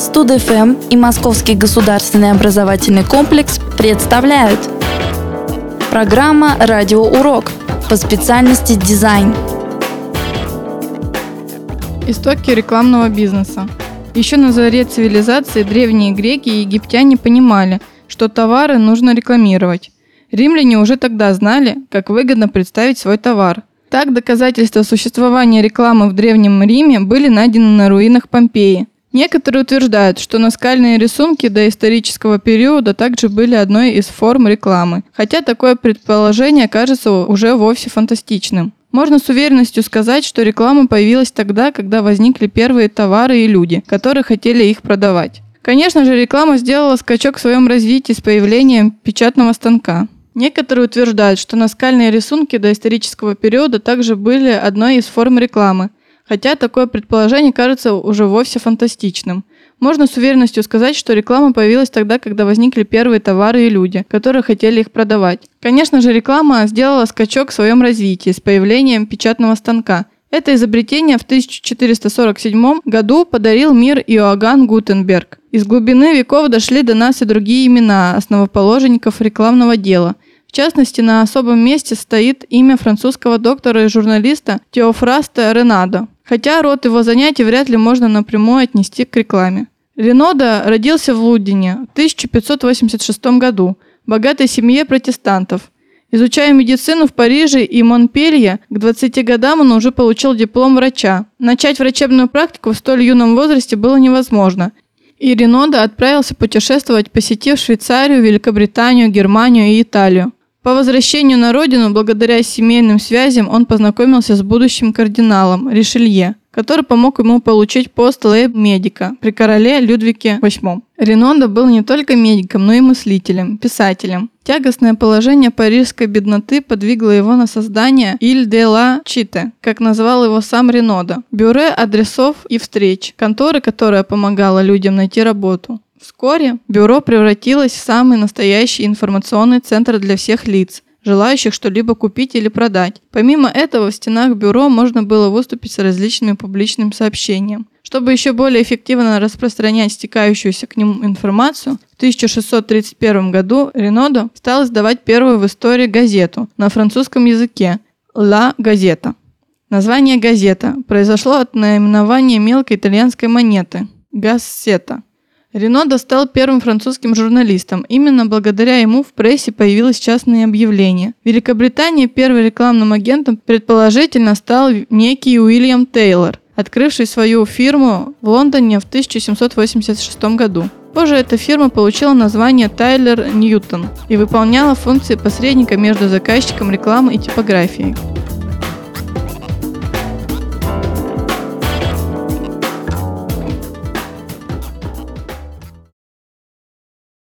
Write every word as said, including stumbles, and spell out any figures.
Студ-эф эм и Московский государственный образовательный комплекс представляют программа «Радиоурок» по специальности дизайн. Истоки рекламного бизнеса. Еще на заре цивилизации древние греки и египтяне понимали, что товары нужно рекламировать. Римляне уже тогда знали, как выгодно представить свой товар. Так, доказательства существования рекламы в Древнем Риме были найдены на руинах Помпеи. Некоторые утверждают, что наскальные рисунки доисторического периода также были одной из форм рекламы, хотя такое предположение кажется уже вовсе фантастичным. Можно с уверенностью сказать, что реклама появилась тогда, когда возникли первые товары и люди, которые хотели их продавать. Конечно же, реклама сделала скачок в своем развитии с появлением печатного станка. Некоторые утверждают, что наскальные рисунки доисторического периода также были одной из форм рекламы, хотя такое предположение кажется уже вовсе фантастичным. Можно с уверенностью сказать, что реклама появилась тогда, когда возникли первые товары и люди, которые хотели их продавать. Конечно же, реклама сделала скачок в своем развитии с появлением печатного станка. Это изобретение в тысяча четыреста сорок седьмом году подарил мир Иоганн Гутенберг. Из глубины веков дошли до нас и другие имена основоположников рекламного дела. В частности, на особом месте стоит имя французского доктора и журналиста Теофраста Ренадо, хотя род его занятий вряд ли можно напрямую отнести к рекламе. Ренадо родился в Лудине в тысяча пятьсот восемьдесят шестом году в богатой семье протестантов. Изучая медицину в Париже и Монпелье, к двадцати годам он уже получил диплом врача. Начать врачебную практику в столь юном возрасте было невозможно, и Ренадо отправился путешествовать, посетив Швейцарию, Великобританию, Германию и Италию. По возвращению на родину, благодаря семейным связям, он познакомился с будущим кардиналом Ришелье, который помог ему получить пост лейб-медика при короле Людвиге восьмом. Ренадо был не только медиком, но и мыслителем, писателем. Тягостное положение парижской бедноты подвигло его на создание «Иль де ла Чите», как назвал его сам Ренадо, бюро адресов и встреч, конторы, которая помогала людям найти работу. Вскоре бюро превратилось в самый настоящий информационный центр для всех лиц, желающих что-либо купить или продать. Помимо этого, в стенах бюро можно было выступить с различными публичными сообщениями. Чтобы еще более эффективно распространять стекающуюся к нему информацию, в тысяча шестьсот тридцать первом году Ренадо стал издавать первую в истории газету на французском языке «Ла Газета». Название «газета» произошло от наименования мелкой итальянской монеты «гассета». Ренадо стал первым французским журналистом. Именно благодаря ему в прессе появились частные объявления. В Великобритании первым рекламным агентом предположительно стал некий Уильям Тейлор, открывший свою фирму в Лондоне в тысяча семьсот восемьдесят шестом году. Позже эта фирма получила название Тайлер Ньютон и выполняла функции посредника между заказчиком рекламы и типографией.